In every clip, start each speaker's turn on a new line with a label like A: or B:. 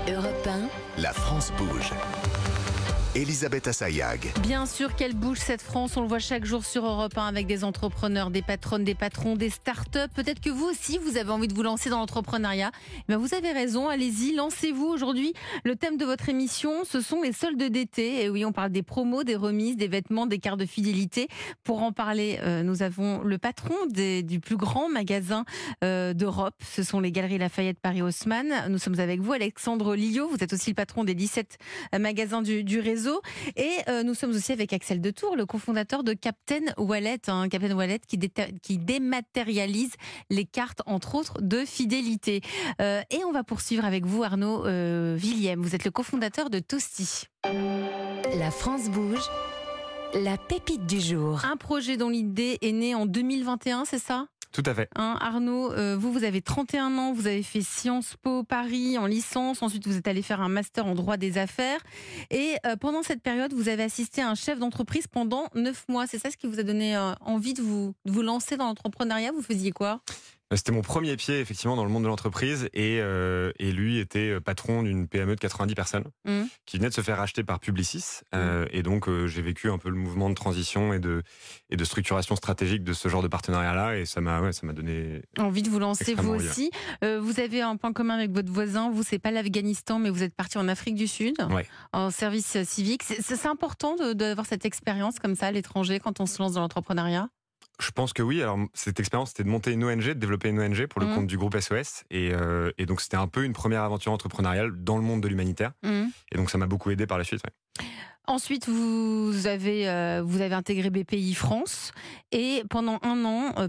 A: Europe 1,
B: La France bouge. Elisabeth Assayag.
C: Bien sûr qu'elle bouge cette France, on le voit chaque jour sur Europe 1 avec des entrepreneurs, des patronnes, des patrons, des start-up. Peut-être que vous aussi, vous avez envie de vous lancer dans l'entrepreneuriat. Mais vous avez raison, allez-y, lancez-vous aujourd'hui. Le thème de votre émission, ce sont les soldes d'été. Et oui, on parle des promos, des remises, des vêtements, des cartes de fidélité. Pour en parler, nous avons le patron du plus grand magasin d'Europe. Ce sont les Galeries Lafayette Paris Haussmann. Nous sommes avec vous, Alexandre Lillot. Vous êtes aussi le patron des 17 magasins du réseau. Et nous sommes aussi avec Axel Detour, le cofondateur de Captain Wallet, Captain Wallet qui dématérialise les cartes, entre autres, de fidélité. Et on va poursuivre avec vous, Arnaud Villiem. Vous êtes le cofondateur de Toasty.
A: La France bouge. La pépite du jour.
C: Un projet dont l'idée est née en 2021, c'est ça ?
D: Tout à fait.
C: Arnaud, vous avez 31 ans, vous avez fait Sciences Po Paris en licence, ensuite vous êtes allé faire un master en droit des affaires et pendant cette période, vous avez assisté à un chef d'entreprise pendant 9 mois. C'est ça ce qui vous a donné envie de vous lancer dans l'entrepreneuriat ? Vous faisiez quoi ?
D: C'était mon premier pied effectivement dans le monde de l'entreprise et lui était patron d'une PME de 90 personnes qui venait de se faire racheter par Publicis et donc j'ai vécu un peu le mouvement de transition et de structuration stratégique de ce genre de partenariat-là et ça m'a donné
C: envie de vous lancer vous
D: envie,
C: aussi. Vous avez un point commun avec votre voisin, vous c'est pas l'Afghanistan mais vous êtes parti en Afrique du Sud en service civique. C'est important d'avoir cette expérience comme ça à l'étranger quand on se lance dans l'entrepreneuriat ?
D: Je pense que oui. Alors, cette expérience, c'était de monter une ONG, de développer une ONG pour le compte du groupe SOS. Et donc, c'était un peu une première aventure entrepreneuriale dans le monde de l'humanitaire. Et donc, ça m'a beaucoup aidé par la suite. Ouais.
C: Ensuite, vous avez intégré BPI France et pendant un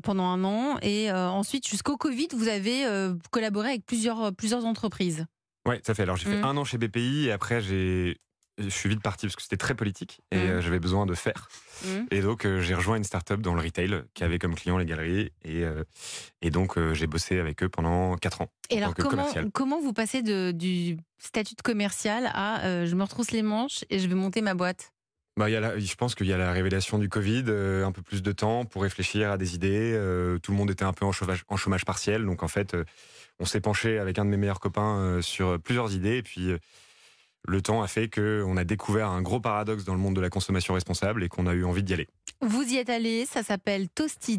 C: an et ensuite jusqu'au Covid, vous avez collaboré avec plusieurs entreprises.
D: Ouais, ça fait. Alors, j'ai fait un an chez BPI et après, je suis vite parti parce que c'était très politique et j'avais besoin de faire. Et donc, j'ai rejoint une start-up dans le retail qui avait comme client les galeries et donc, j'ai bossé avec eux pendant 4 ans.
C: Et alors, comment vous passez du statut de commercial à je me retrousse les manches et je vais monter ma boîte ?
D: Je pense qu'il y a la révélation du Covid, un peu plus de temps pour réfléchir à des idées. Tout le monde était un peu en chômage partiel. Donc, en fait, on s'est penché avec un de mes meilleurs copains sur plusieurs idées. Et puis, le temps a fait qu'on a découvert un gros paradoxe dans le monde de la consommation responsable et qu'on a eu envie d'y aller.
C: Vous y êtes allé, ça s'appelle Toasty,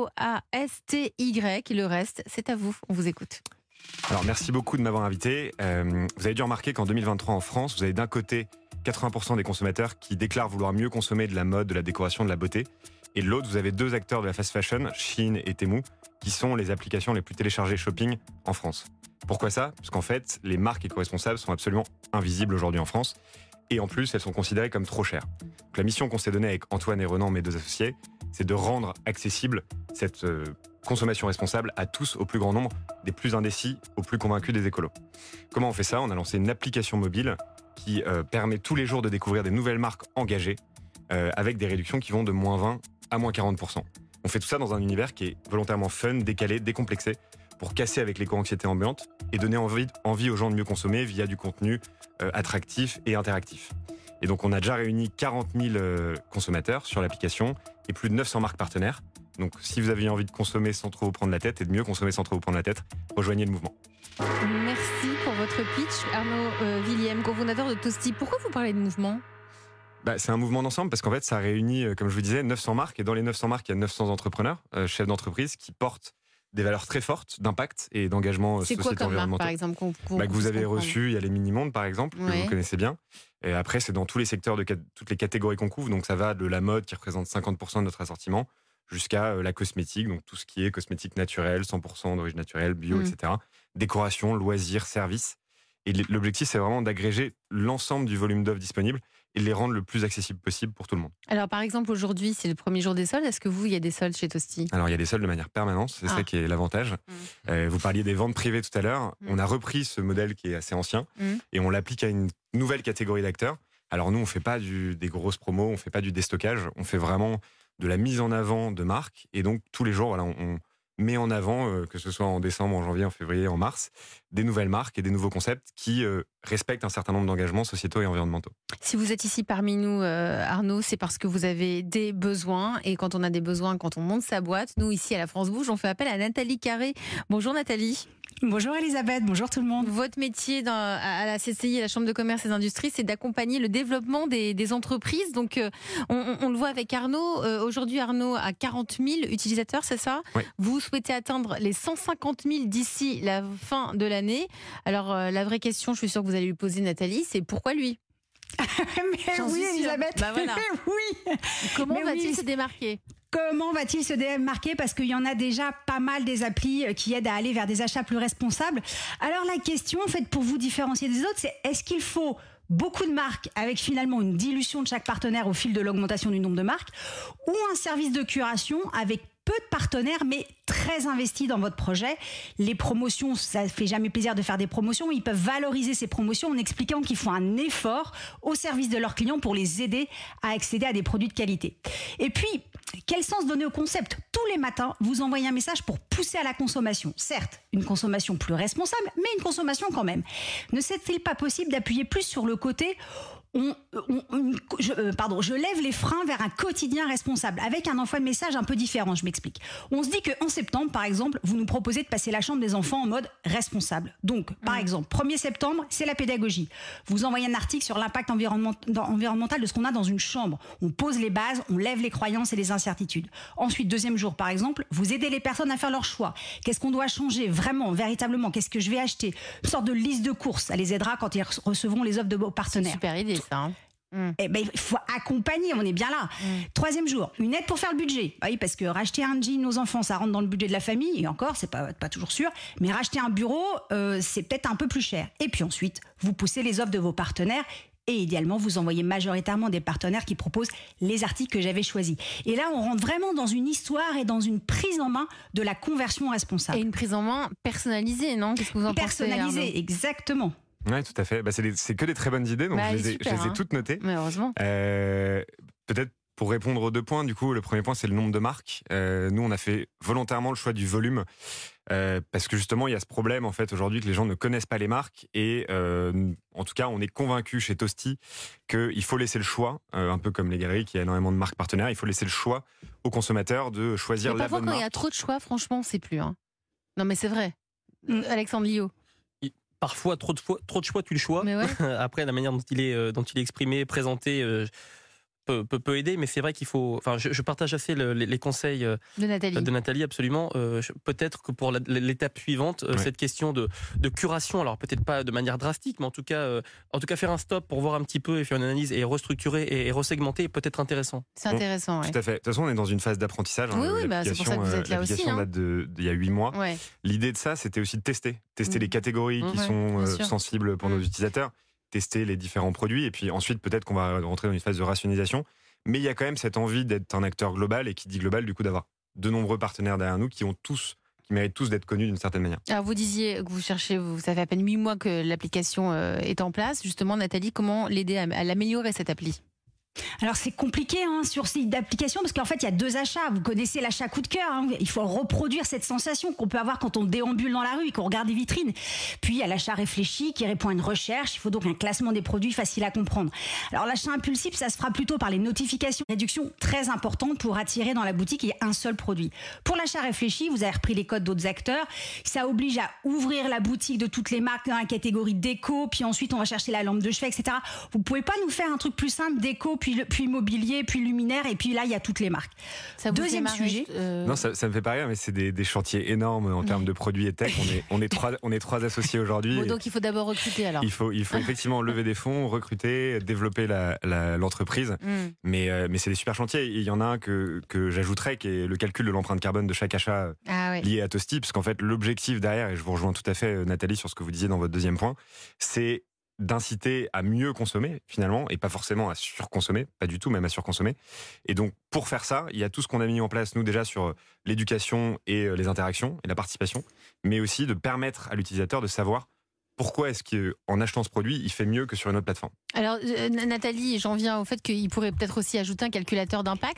C: Toasty. Le reste, c'est à vous, on vous écoute.
D: Alors, merci beaucoup de m'avoir invité. Vous avez dû remarquer qu'en 2023 en France, vous avez d'un côté 80% des consommateurs qui déclarent vouloir mieux consommer de la mode, de la décoration, de la beauté. Et de l'autre, vous avez 2 acteurs de la fast fashion, Shein et Temu, qui sont les applications les plus téléchargées shopping en France. Pourquoi ça ? Parce qu'en fait, les marques éco-responsables sont absolument invisibles aujourd'hui en France. Et en plus, elles sont considérées comme trop chères. Donc, la mission qu'on s'est donnée avec Antoine et Renan, mes 2 associés, c'est de rendre accessible cette consommation responsable à tous, au plus grand nombre, des plus indécis aux plus convaincus des écolos. Comment on fait ça ? On a lancé une application mobile qui permet tous les jours de découvrir des nouvelles marques engagées avec des réductions qui vont de -20 à -40%. On fait tout ça dans un univers qui est volontairement fun, décalé, décomplexé, pour casser avec l'éco-anxiété ambiante et donner envie aux gens de mieux consommer via du contenu attractif et interactif. Et donc, on a déjà réuni 40 000 consommateurs sur l'application et plus de 900 marques partenaires. Donc, si vous avez envie de consommer sans trop vous prendre la tête et de mieux consommer sans trop vous prendre la tête, rejoignez le mouvement.
C: Merci pour votre pitch, Arnaud Villiem, cofondateur de Toasty. Pourquoi vous parlez de mouvement ?
D: C'est un mouvement d'ensemble parce qu'en fait, ça réunit, comme je vous disais, 900 marques. Et dans les 900 marques, il y a 900 entrepreneurs, chefs d'entreprise qui portent des valeurs très fortes d'impact et d'engagement sociétal environnemental. C'est quoi comme marque,
C: par exemple,
D: que vous avez reçu, il y a les Mini-Mondes, par exemple, que vous connaissez bien. Et après, c'est dans tous les secteurs, toutes les catégories qu'on couvre. Donc, ça va de la mode, qui représente 50% de notre assortiment, jusqu'à la cosmétique, donc tout ce qui est cosmétique naturelle, 100% d'origine naturelle, bio, etc. Décoration, loisirs, services. Et l'objectif, c'est vraiment d'agréger l'ensemble du volume d'offres disponible et de les rendre le plus accessible possible pour tout le monde.
C: Alors, par exemple, aujourd'hui, c'est le premier jour des soldes. Est-ce que il y a des soldes chez Toasty ?
D: Alors, il y a des soldes de manière permanente. C'est ça qui est l'avantage. Vous parliez des ventes privées tout à l'heure. On a repris ce modèle qui est assez ancien et on l'applique à une nouvelle catégorie d'acteurs. Alors, nous, on ne fait pas des grosses promos, on ne fait pas du déstockage. On fait vraiment de la mise en avant de marques. Et donc, tous les jours, on met en avant, que ce soit en décembre, en janvier, en février, en mars, des nouvelles marques et des nouveaux concepts qui respectent un certain nombre d'engagements sociétaux et environnementaux.
C: Si vous êtes ici parmi nous, Arnaud, c'est parce que vous avez des besoins. Et quand on a des besoins, quand on monte sa boîte, nous ici à la France Bouge, on fait appel à Nathalie Carré. Bonjour Nathalie.
E: Bonjour Elisabeth, bonjour tout le monde.
C: Votre métier à la CCI, la Chambre de commerce et d'industrie, c'est d'accompagner le développement des entreprises. Donc on le voit avec Arnaud. Aujourd'hui, Arnaud a 40 000 utilisateurs, c'est ça?
D: Oui.
C: Vous souhaitez atteindre les 150 000 d'ici la fin de l'année. Alors la vraie question, je suis sûre que vous allez lui poser, Nathalie, c'est pourquoi lui?
E: Mais oui Elisabeth,
C: bah voilà.
E: oui.
C: Comment va-t-il se démarquer?
E: Comment va-t-il se démarquer? Parce qu'il y en a déjà pas mal des applis qui aident à aller vers des achats plus responsables. Alors la question, en fait, pour vous différencier des autres, c'est est-ce qu'il faut beaucoup de marques avec finalement une dilution de chaque partenaire au fil de l'augmentation du nombre de marques, ou un service de curation avec peu de partenaires mais très investis dans votre projet? Les promotions, ça fait jamais plaisir de faire des promotions. Ils peuvent valoriser ces promotions en expliquant qu'ils font un effort au service de leurs clients pour les aider à accéder à des produits de qualité. Et puis, quel sens donner au concept? Tous les matins, vous envoyez un message pour pousser à la consommation. Certes, une consommation plus responsable, mais une consommation quand même. Ne serait-il pas possible d'appuyer plus sur le côté je lève les freins vers un quotidien responsable, avec un envoi de message un peu différent, je m'explique. On se dit qu'en septembre, par exemple, vous nous proposez de passer la chambre des enfants en mode responsable. Donc, par exemple, 1er septembre, c'est la pédagogie. Vous envoyez un article sur l'impact environnemental de ce qu'on a dans une chambre. On pose les bases, on lève les croyances et les incertitudes. Ensuite, 2e jour, par exemple, vous aidez les personnes à faire leur choix. Qu'est-ce qu'on doit changer vraiment, véritablement? Qu'est-ce que je vais acheter? Une sorte de liste de courses. Ça les aidera quand ils recevront les offres de vos partenaires.
C: Super idée. Ça, hein.
E: Eh ben, il faut accompagner, on est bien là. 3e jour, une aide pour faire le budget. Oui, parce que racheter un jean aux enfants, ça rentre dans le budget de la famille, et encore, c'est pas toujours sûr. Mais racheter un bureau, c'est peut-être un peu plus cher. Et puis ensuite, vous poussez les offres de vos partenaires. Et idéalement, vous envoyez majoritairement des partenaires qui proposent les articles que j'avais choisis. Et là, on rentre vraiment dans une histoire et dans une prise en main de la conversion responsable.
C: Et une prise en main personnalisée, non? Qu'est-ce que vous en pensez,
E: personnalisée,
C: Arnaud?
E: exactement.
D: Oui, tout à fait. C'est que des très bonnes idées, donc je les ai toutes notées.
C: Mais heureusement.
D: Peut-être pour répondre aux 2 points, du coup, le premier point, c'est le nombre de marques. Nous, on a fait volontairement le choix du volume, parce que justement, il y a ce problème, en fait, aujourd'hui, que les gens ne connaissent pas les marques. Et en tout cas, on est convaincus chez Tosti qu'il faut laisser le choix, un peu comme les galeries qui a énormément de marques partenaires, il faut laisser le choix aux consommateurs de choisir la bonne marque.
C: Parfois, quand il y a trop de choix, franchement, on ne sait plus. Hein. Non, mais c'est vrai. Alexandre Lio.
F: Parfois, trop de choix, tu le choix.
C: Mais ouais.
F: Après, la manière dont il est exprimé, présenté, peut aider, mais c'est vrai qu'il faut. Enfin, je partage assez les conseils de Nathalie, absolument. Peut-être que pour l'étape suivante, cette question de curation, alors peut-être pas de manière drastique, mais en tout cas faire un stop pour voir un petit peu et faire une analyse et restructurer et resegmenter est peut-être intéressant.
C: C'est intéressant,
D: Tout à fait. De toute façon, on est dans une phase d'apprentissage.
C: Oui, c'est pour ça que vous êtes là aussi.
D: L'application date d'il y a 8 mois.
C: Ouais.
D: L'idée de ça, c'était aussi de tester les catégories qui sont sensibles pour nos utilisateurs, tester les différents produits, et puis ensuite peut-être qu'on va rentrer dans une phase de rationalisation. Mais il y a quand même cette envie d'être un acteur global, et qui dit global, du coup, d'avoir de nombreux partenaires derrière nous qui méritent tous d'être connus d'une certaine manière. Alors
C: vous disiez que ça fait à peine 8 mois que l'application est en place. Justement, Nathalie, comment l'aider à l'améliorer, cette appli?
E: Alors c'est compliqué sur ce type d'application, parce qu'en fait il y a 2 achats. Vous connaissez l'achat coup de cœur, il faut reproduire cette sensation qu'on peut avoir quand on déambule dans la rue et qu'on regarde des vitrines. Puis il y a l'achat réfléchi qui répond à une recherche. Il faut donc un classement des produits facile à comprendre. Alors l'achat impulsif, ça se fera plutôt par les notifications. Réduction très importante pour attirer dans la boutique un seul produit. Pour l'achat réfléchi, vous avez repris les codes d'autres acteurs. Ça oblige à ouvrir la boutique de toutes les marques dans la catégorie déco, puis ensuite on va chercher la lampe de chevet, etc. Vous pouvez pas nous faire un truc plus simple, déco, puis mobilier, puis luminaire, et puis là il y a toutes les marques. Deuxième sujet.
D: Non, ça me fait pas rire, mais c'est des chantiers énormes en termes de produits et tech. On est 3 associés aujourd'hui.
C: Bon, donc il faut d'abord recruter alors.
D: Il faut effectivement lever des fonds, recruter, développer l'entreprise. Mais c'est des super chantiers. Il y en a un que j'ajouterais, qui est le calcul de l'empreinte carbone de chaque achat lié à Tosti, parce qu'en fait l'objectif derrière, et je vous rejoins tout à fait Nathalie sur ce que vous disiez dans votre deuxième point, c'est d'inciter à mieux consommer finalement, et pas forcément à surconsommer, pas du tout, même à surconsommer. Et donc pour faire ça, il y a tout ce qu'on a mis en place nous déjà sur l'éducation et les interactions et la participation, mais aussi de permettre à l'utilisateur de savoir pourquoi est-ce qu'en achetant ce produit, il fait mieux que sur une autre plateforme.
C: Alors Nathalie, j'en viens au fait qu'il pourrait peut-être aussi ajouter un calculateur d'impact.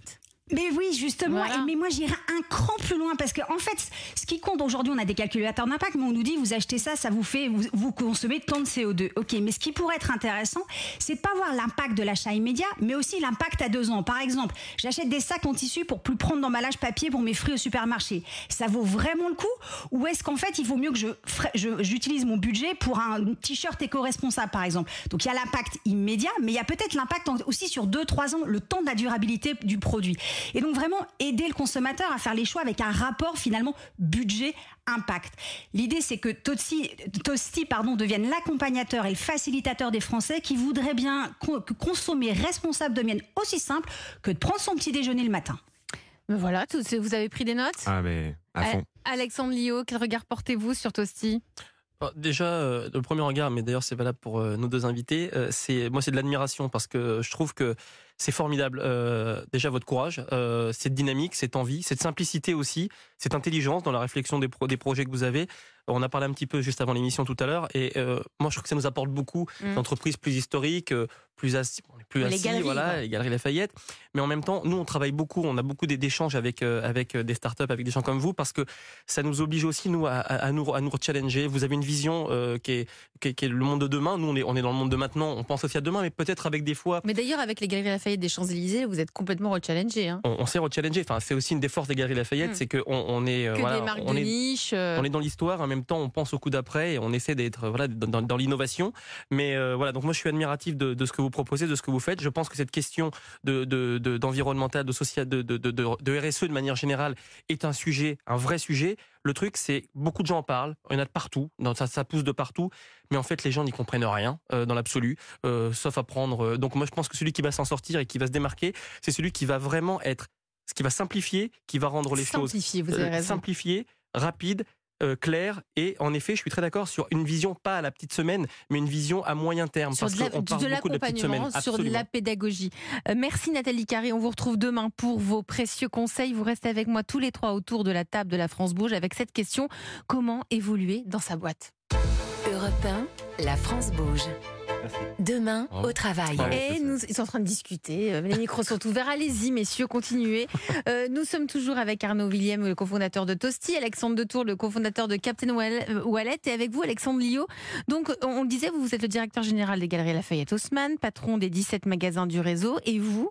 E: Mais oui, justement,
C: Voilà.
E: mais moi j'irais un cran plus loin parce que en fait, ce qui compte aujourd'hui, on a des calculateurs d'impact, mais on nous dit vous achetez ça, ça vous fait, vous consommez tant de CO2. Ok, mais ce qui pourrait être intéressant, c'est de pas voir l'impact de l'achat immédiat, mais aussi l'impact à 2 ans. Par exemple, j'achète des sacs en tissu pour plus prendre d'emballage papier pour mes fruits au supermarché. Ça vaut vraiment le coup, ou est-ce qu'en fait il vaut mieux que j'utilise mon budget pour un t-shirt éco-responsable par exemple. Donc il y a l'impact immédiat, mais il y a peut-être l'impact aussi sur 2-3 ans, le temps de la durabilité du produit. Et donc vraiment aider le consommateur à faire les choix avec un rapport finalement budget-impact. L'idée c'est que Tosti devienne l'accompagnateur et le facilitateur des Français qui voudraient bien que consommer responsable devienne aussi simple que de prendre son petit déjeuner le matin.
C: Mais voilà, vous avez pris des notes?
D: Ah, mais à fond.
C: Alexandre Liot, quel regard portez-vous sur Tosti?
F: Déjà, le premier regard, mais d'ailleurs c'est valable pour nos 2 invités, c'est de l'admiration parce que je trouve que c'est formidable. Déjà votre courage, cette dynamique, cette envie, cette simplicité aussi, cette intelligence dans la réflexion des projets que vous avez. On a parlé un petit peu juste avant l'émission tout à l'heure et moi je trouve que ça nous apporte beaucoup d'entreprises plus historiques, plus assis, voilà, les Galeries Lafayette. Mais en même temps, nous on travaille beaucoup, on a beaucoup d'échanges avec des startups, avec des gens comme vous parce que ça nous oblige aussi nous à nous challenger. Vous avez une vision qui est le monde de demain. Nous on est dans le monde de maintenant. On pense aussi à demain, mais peut-être avec des fois.
C: Mais d'ailleurs avec les Galeries Lafayette des Champs-Élysées, vous êtes complètement rechallengé. Hein.
F: On s'est rechallengé. Enfin, c'est aussi une des forces des Galeries Lafayette, c'est qu'on est
C: des marques de niche.
F: On est dans l'histoire. En même temps, on pense au coup d'après et on essaie d'être dans l'innovation. Mais voilà, donc moi je suis admiratif de ce que vous proposez, de ce que vous faites. Je pense que cette question d'environnemental, de social, de RSE de manière générale est un vrai sujet. Le truc, c'est beaucoup de gens en parlent, il y en a de partout, ça pousse de partout, mais en fait les gens n'y comprennent rien dans l'absolu, sauf à prendre. Donc moi je pense que celui qui va s'en sortir et qui va se démarquer, c'est celui qui va vraiment être, ce qui va simplifier, qui va rendre les choses simplifiées, rapides, clair, et en effet je suis très d'accord sur une vision pas à la petite semaine mais une vision à moyen terme
C: sur
F: parce qu'on parle beaucoup de la petite semaine,
C: sur de la pédagogie. Merci Nathalie Carré, on vous retrouve demain pour vos précieux conseils. Vous restez avec moi tous les 3 autour de la table de la France Bouge avec cette question: comment évoluer dans sa boîte?
A: Europe 1, la France Bouge.
D: Merci.
A: Demain, au travail.
C: Et ils sont en train de discuter. Les micros sont ouverts. Allez-y, messieurs, continuez. Nous sommes toujours avec Arnaud Willem, le cofondateur de Tosti, Alexandre Detour, le cofondateur de Captain Wallet, et avec vous, Alexandre Liot. Donc, on le disait, vous êtes le directeur général des Galeries Lafayette Haussmann, patron des 17 magasins du réseau. Et vous,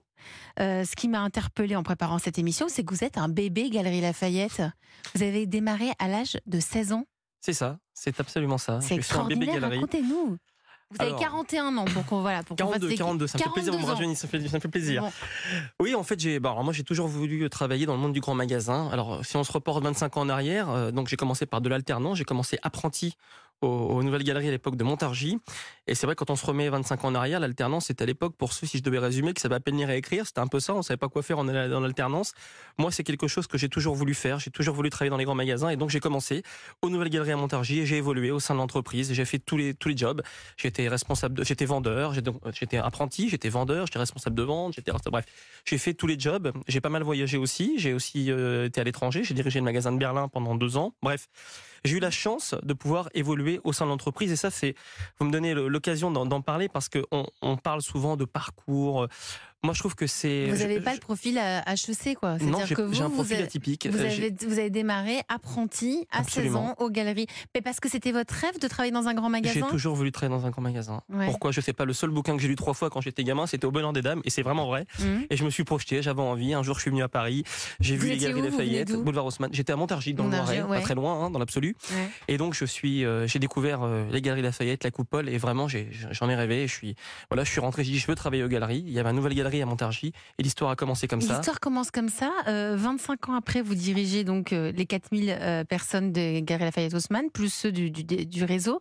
C: ce qui m'a interpellé en préparant cette émission, c'est que vous êtes un bébé Galeries Lafayette. Vous avez démarré à l'âge de 16 ans.
F: C'est ça, c'est absolument ça.
C: C'est extraordinaire, racontez-nous. Vous avez 41 ans, pour
F: 42, ça me fait plaisir, on me rajeunit, ça me fait plaisir. Bon. Oui, en fait, moi j'ai toujours voulu travailler dans le monde du grand magasin. Alors, si on se reporte 25 ans en arrière, donc j'ai commencé par de l'alternance, j'ai commencé apprenti aux Nouvelles Galeries à l'époque de Montargis. Et c'est vrai, quand on se remet 25 ans en arrière, l'alternance, c'était à l'époque, pour ceux, si je devais résumer, qui savaient à peine lire et écrire, c'était un peu ça, on savait pas quoi faire dans l'alternance. Moi, c'est quelque chose que j'ai toujours voulu faire, j'ai toujours voulu travailler dans les grands magasins, et donc j'ai commencé aux Nouvelles Galeries à Montargis, et j'ai évolué au sein de l'entreprise, j'ai fait tous les jobs. J'étais vendeur, j'étais apprenti, j'étais vendeur, j'étais responsable de vente, bref, j'ai fait tous les jobs, j'ai pas mal voyagé aussi, j'ai aussi été à l'étranger, j'ai dirigé le magasin de Berlin pendant 2 ans, bref. J'ai eu la chance de pouvoir évoluer au sein de l'entreprise, et ça, vous me donnez l'occasion d'en parler parce qu'on parle souvent de parcours. Moi, je trouve que c'est...
C: Vous n'avez pas le profil HEC, quoi.
F: Non, j'ai un profil atypique.
C: Vous avez démarré apprenti à 16 ans aux Galeries. Mais parce que c'était votre rêve de travailler dans un grand magasin?
F: J'ai toujours voulu travailler dans un grand magasin. Ouais. Pourquoi? Je sais pas. Le seul bouquin que j'ai lu 3 fois quand j'étais gamin, c'était Au Bonheur des Dames, et c'est vraiment vrai. Et je me suis projeté, j'avais envie. Un jour, je suis venu à Paris, j'ai vu les Galeries Lafayette, Boulevard Haussmann. J'étais à Montargis, dans le Loiret, pas très loin, dans l'absolu. Ouais. Et donc, j'ai découvert les Galeries Lafayette, la coupole, et vraiment, j'en ai rêvé. Je suis rentré, j'ai dit, je veux travailler aux Galeries. Il y avait une nouvelle galerie à Montargis. Et l'histoire a commencé comme ça.
C: L'histoire commence comme ça. 25 ans après, vous dirigez donc les 4000 personnes de Galeries Lafayette Haussmann, plus ceux du réseau.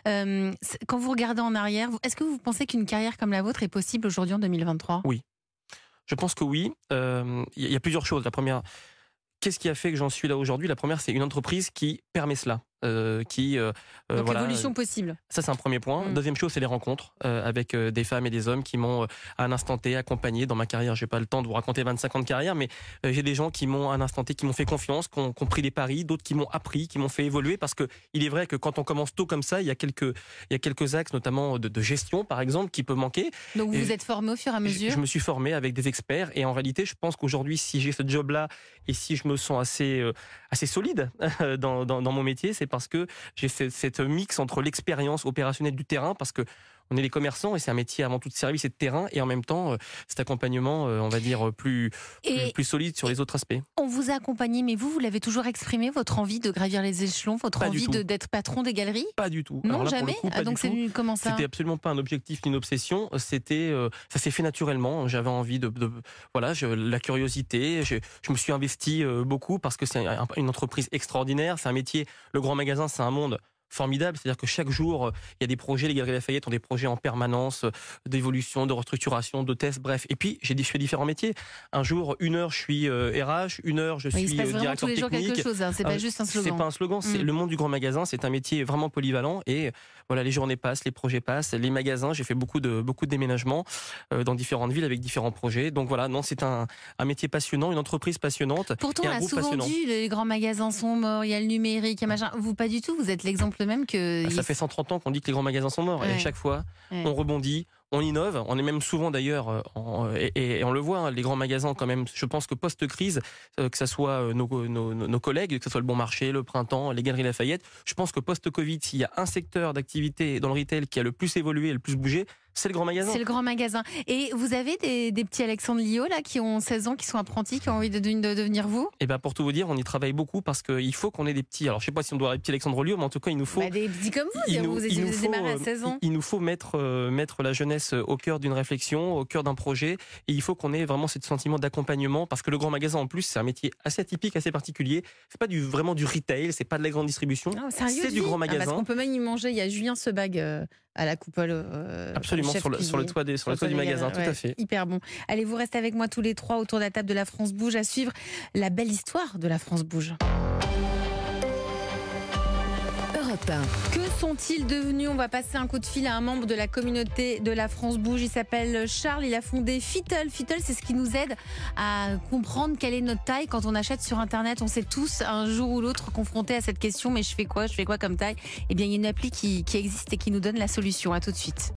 C: Quand vous regardez en arrière, est-ce que vous pensez qu'une carrière comme la vôtre est possible aujourd'hui en 2023?
F: Oui. Je pense que oui. Il y a plusieurs choses. La première, qu'est-ce qui a fait que j'en suis là aujourd'hui? La première, c'est une entreprise qui permet cela.
C: Donc évolution possible.
F: Ça, c'est un premier point. Deuxième chose, c'est les rencontres avec des femmes et des hommes qui m'ont à un instant T accompagné dans ma carrière. J'ai pas le temps de vous raconter 25 ans de carrière, mais j'ai des gens qui m'ont à un instant T, qui m'ont fait confiance, qui ont pris des paris, d'autres qui m'ont appris, qui m'ont fait évoluer, parce que il est vrai que quand on commence tôt comme ça, il y a quelques axes, notamment de gestion, par exemple, qui peuvent manquer.
C: Donc vous vous êtes formé au fur et à mesure.
F: Je me suis formé avec des experts, et en réalité, je pense qu'aujourd'hui, si j'ai ce job-là et si je me sens assez solide dans mon métier, c'est parce que j'ai cette mix entre l'expérience opérationnelle du terrain, parce que on est des commerçants et c'est un métier avant tout de service et de terrain, et en même temps cet accompagnement, on va dire, plus solide sur les autres aspects.
C: On vous a accompagné, mais vous l'avez toujours exprimé, votre envie de gravir les échelons, votre envie d'être patron des galeries?
F: Pas du tout.
C: Non, jamais. Donc c'est venu comment ça?
F: C'était absolument pas un objectif ni une obsession. C'était, ça s'est fait naturellement. J'avais envie la curiosité. Je me suis investi beaucoup parce que c'est une entreprise extraordinaire. C'est un métier. Le grand magasin, c'est un monde formidable, c'est-à-dire que chaque jour, il y a des projets, les Galeries Lafayette ont des projets en permanence, d'évolution, de restructuration, de tests, bref. Et puis, je fais différents métiers. Un jour, 1 heure, je suis RH, 1 heure, je suis
C: il se passe vraiment tous les jours
F: technique.
C: Quelque chose, hein. C'est pas juste un slogan.
F: C'est pas un slogan, c'est le monde du grand magasin, c'est un métier vraiment polyvalent, et voilà, les journées passent, les projets passent, les magasins, j'ai fait beaucoup de déménagements dans différentes villes avec différents projets. Donc voilà, non, c'est un métier passionnant, une entreprise passionnante.
C: Pourtant,
F: et
C: on
F: un
C: a
F: groupe
C: souvent
F: passionnant.
C: dit, les grands magasins sont morts, il y a le numérique, il y a machin. Vous, pas du tout, vous êtes l'exemple même que...
F: Ça fait 130 ans qu'on dit que les grands magasins sont morts,
C: Ouais.
F: et à chaque fois,
C: Ouais.
F: on rebondit, on innove, on est même souvent d'ailleurs, et on le voit, hein, les grands magasins quand même, je pense que post-crise, que ce soit nos collègues, que ce soit le Bon Marché, le Printemps, les Galeries Lafayette, je pense que post-Covid, s'il y a un secteur d'activité dans le retail qui a le plus évolué et le plus bougé, c'est le grand magasin.
C: C'est le grand magasin. Et vous avez des petits Alexandre Liot là, qui ont 16 ans, qui sont apprentis, qui ont envie de devenir vous?
F: Et ben pour tout vous dire, on y travaille beaucoup parce qu'il faut qu'on ait des petits. Alors je sais pas si on doit avoir des petits Alexandre Liot, mais en tout cas il nous faut.
C: Des petits comme vous, vous avez démarré à 16 ans.
F: Il nous faut mettre la jeunesse au cœur d'une réflexion, au cœur d'un projet, et il faut qu'on ait vraiment ce sentiment d'accompagnement, parce que le grand magasin en plus c'est un métier assez atypique, assez particulier. C'est pas vraiment du retail, c'est pas de la grande distribution, c'est du grand magasin.
C: Parce qu'on peut même y manger. Il y a Julien Sebag à la coupole.
F: Absolument, sur le toit du magasin, tout à fait.
C: Hyper bon. Allez, vous restez avec moi tous les trois autour de la table de la France Bouge à suivre la belle histoire de la France Bouge.
A: Europe 1.
C: Que sont-ils devenus? On va passer un coup de fil à un membre de la communauté de la France Bouge. Il s'appelle Charles, il a fondé Fittle. Fittle, c'est ce qui nous aide à comprendre quelle est notre taille quand on achète sur Internet. On s'est tous un jour ou l'autre confrontés à cette question, mais je fais quoi comme taille? Eh bien, il y a une appli qui existe et qui nous donne la solution. À tout de suite.